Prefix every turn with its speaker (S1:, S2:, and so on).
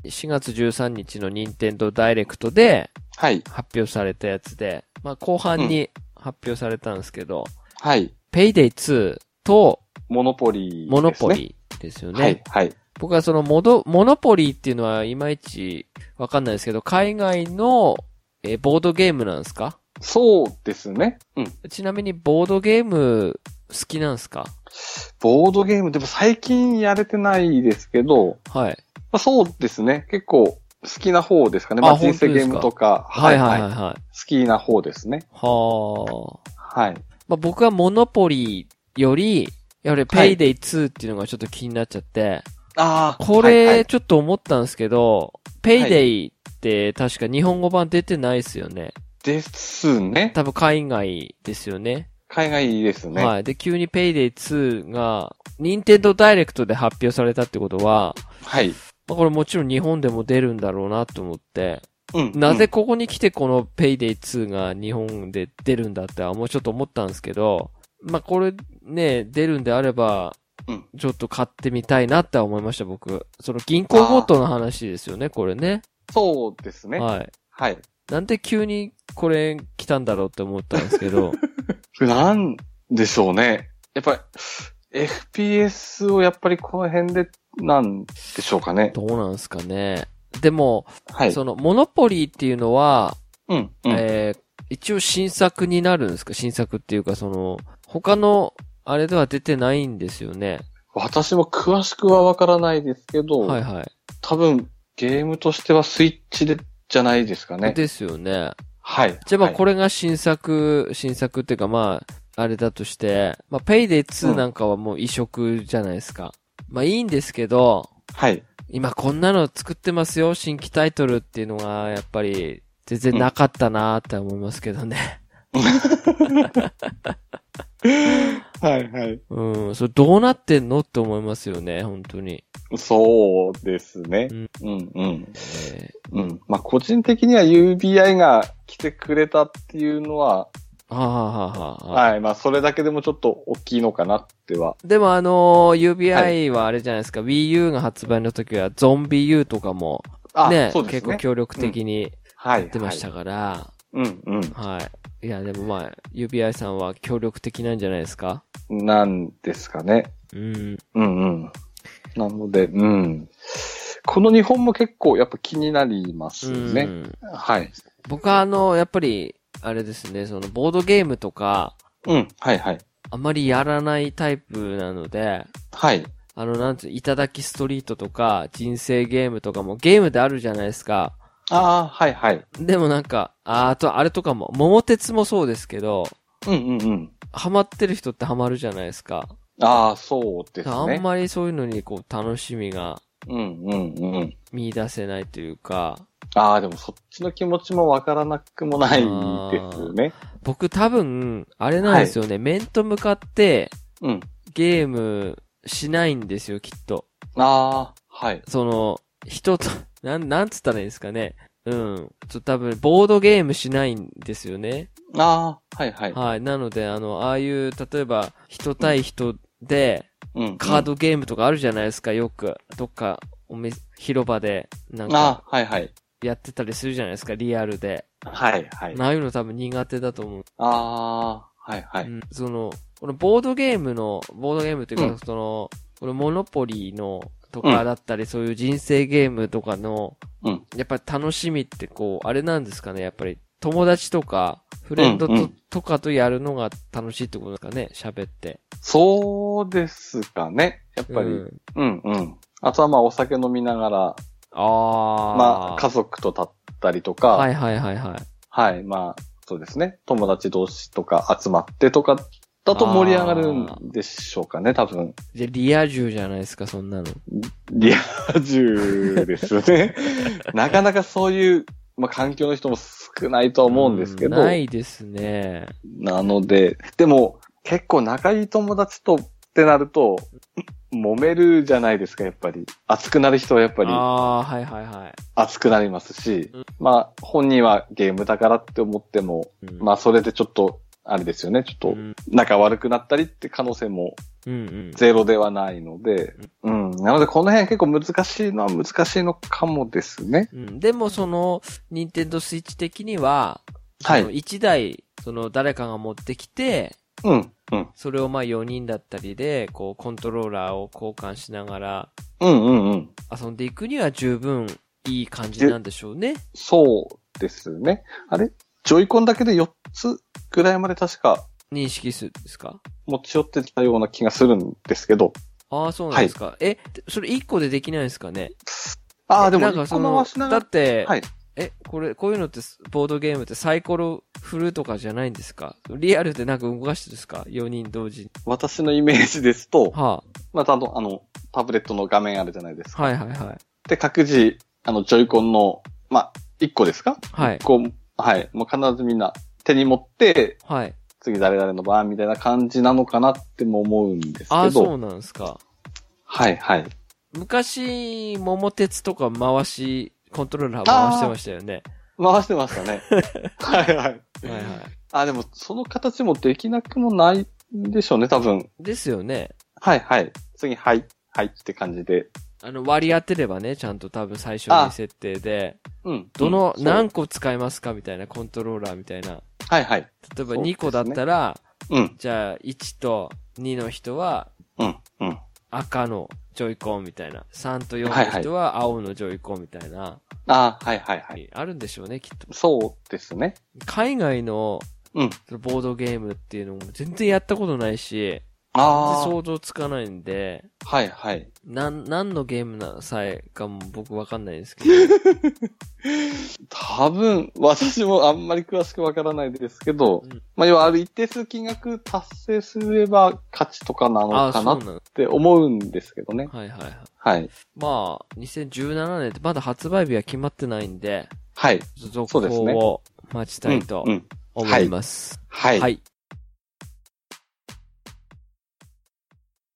S1: 4月13日の任天堂ダイレクトで、
S2: はい。
S1: 発表されたやつで、まあ後半に発表されたんですけど、
S2: はい。
S1: ペイデイ2と、
S2: モノポリーですね。
S1: モノポリーですよね。
S2: はい、はい。
S1: 僕はそのモノポリーっていうのはいまいちわかんないですけど、海外の、ボードゲームなんですか？
S2: そうですね。うん。
S1: ちなみにボードゲーム好きなんですか？
S2: ボードゲームでも最近やれてないですけど、
S1: はい。
S2: まあ、そうですね。結構好きな方ですかね。まあ人生ゲームとか、
S1: はいはいはいはい。
S2: 好きな方ですね。
S1: は
S2: あ。はい。
S1: まあ僕はモノポリーより、やはりペイデイ2っていうのがちょっと気になっちゃって、
S2: ああ。
S1: これちょっと思ったんですけど、ペイデイって確か日本語版出てないですよね。
S2: ですね。
S1: 多分海外ですよね。
S2: 海外ですね。
S1: はい。で、急にペイデイ2が、任天堂ダイレクトで発表されたってことは、
S2: はい。
S1: まあ、これもちろん日本でも出るんだろうなと思って、
S2: うん。
S1: なぜここに来てこのペイデイ2が日本で出るんだってもうちょっと思ったんですけど、まあ、これね、出るんであれば、ちょっと買ってみたいなって思いました、僕。その銀行強盗の話ですよね、これね。
S2: そうですね。
S1: はい。
S2: はい。
S1: なんで急にこれ来たんだろうって思ったんですけど。
S2: なんでしょうね。やっぱり、FPS をやっぱりこの辺で、なんでしょうかね。
S1: どうなんですかね。でも、
S2: はい。
S1: その、モノポリーっていうのは、
S2: うん。
S1: 一応新作になるんですか？新作っていうか、その、他の、あれでは出てないんですよね。
S2: 私も詳しくはわからないですけど、
S1: はいはい。
S2: 多分、ゲームとしてはスイッチで、じゃないですかね。
S1: ですよね。
S2: はい。
S1: じゃあまあこれが新作っていうかまあ、あれだとして、まあペイデイ2なんかはもう異色じゃないですか。まあいいんですけど、
S2: はい。
S1: 今こんなの作ってますよ、新規タイトルっていうのがやっぱり全然なかったなーって思いますけどね。
S2: はいはい。
S1: それどうなってんのって思いますよね、本当に。
S2: そうですね。まあ個人的には UBI が来てくれたっていうのは、はい。まあそれだけでもちょっと大きいのかなっては。
S1: でもUBI はあれじゃないですか、Wii U が発売の時はゾンビ U とかも、ね、
S2: そうですね。
S1: 結構協力的にやってましたから、はい。いや、でもまあ、UBI さんは協力的なんじゃないですか？
S2: なんですかね。なので、この日本も結構やっぱ気になりますね。はい。
S1: 僕はやっぱり、あれですね、そのボードゲームとか、
S2: はいはい。
S1: あまりやらないタイプなので、
S2: はい。
S1: なんつう、いただきストリートとか、人生ゲームとかもゲームであるじゃないですか。
S2: はいはい。
S1: でもなんか、あれとかも、桃鉄もそうですけど、ハマってる人ってハマるじゃないですか。
S2: そうですね。
S1: あんまりそういうのにこう楽しみが、見出せないというか。
S2: でもそっちの気持ちもわからなくもないですね。
S1: 僕多分、あれなんですよね。面と向かって、ゲームしないんですよ、きっと。
S2: はい。
S1: その、人と、なんつったらいいんですかね。多分、ボードゲームしないんですよね。
S2: はいはい。
S1: はい。なので、ああいう、例えば、人対人で、カードゲームとかあるじゃないですか、よく。どっか、広場で、なんか、
S2: はいはい。
S1: やってたりするじゃないですか、リアルで。
S2: はいはい。
S1: ああいうの多分苦手だと思う。
S2: はいはい。
S1: このボードゲームっていうか、このモノポリーの、とかだったり、そういう人生ゲームとかの、やっぱり楽しみってこう、あれなんですかね、やっぱり友達とか、フレンドとかとやるのが楽しいってことですかね、喋って。
S2: そうですかね、やっぱり。あとはまあお酒飲みながら、まあ家族と立ったりとか。はい。はい、まあそうですね、友達同士とか集まってとか、だと盛り上がるんでしょうかね、多分。
S1: じゃリア充じゃないですか、そんなの。
S2: リア充ですよね。なかなかそういう、まあ、環境の人も少ないとは思うんですけど。
S1: ないですね。
S2: なので、でも結構仲いい友達とってなると、揉めるじゃないですか、やっぱり。熱くなる人はやっぱり。熱くなりますし、まあ本人はゲームだからって思っても、まあそれでちょっとあれですよね。ちょっと、仲悪くなったりって可能性も、ゼロではないので、なのでこの辺結構難しいのは難しいのかもですね。
S1: でも任天堂スイッチ的には、はい。1台、誰かが持ってきて、それを4人だったりで、コントローラーを交換しながら、遊んでいくには十分いい感じなんでしょうね。
S2: そうですね。あれジョイコンだけで4つぐらいまで確か。
S1: 認識するんですか？
S2: 持ち寄ってたような気がするんですけど。
S1: ああ、そうなんですか。はい、それ1個でできないんですかね？
S2: ああ、でも
S1: なんかだって、はい、こういうのって、ボードゲームってサイコロ振るとかじゃないんですか？リアルでなんか動かしてるんですか？ 4 人同時に。
S2: 私のイメージですと、またタブレットの画面あるじゃないですか。
S1: はいはいはい。
S2: で、各自、ジョイコンの、1個ですか？はい。1個、はい。もう必ずみんな手に持って、はい。次誰々の番みたいな感じなのかなっても思うんですけど。
S1: あ、そうなんですか。
S2: はいはい。
S1: 昔、桃鉄とかコントローラー回してましたよね。
S2: 回してましたね。はいはい。はいはい。あ、でもその形もできなくもないんでしょうね、多分。
S1: ですよね。
S2: はいはい。次、はい、はいって感じで。
S1: 割り当てればね、ちゃんと多分最初に設定で。何個使いますかみたいな、コントローラーみたいな。
S2: はいはい。
S1: 例えば2個だったら、じゃあ1と2の人は、赤のジョイコンみたいな。3と4の人は青のジョイコンみたいな。
S2: はいはいはい。
S1: あるんでしょうね、きっと。
S2: そうですね。
S1: 海外の、ボードゲームっていうのも全然やったことないし、全然想像つかないんで、
S2: はいはい。
S1: 何のゲームなさえかも僕わかんないですけど。
S2: 多分、私もあんまり詳しくわからないですけど、要はある一定数金額達成すれば勝ちとかなのかなって思うんですけどね。
S1: はいはいはい。
S2: はい。
S1: 2017年ってまだ発売日は決まってないんで、
S2: はい。
S1: 続報を待ちたいと思います。
S2: はい。
S1: はい。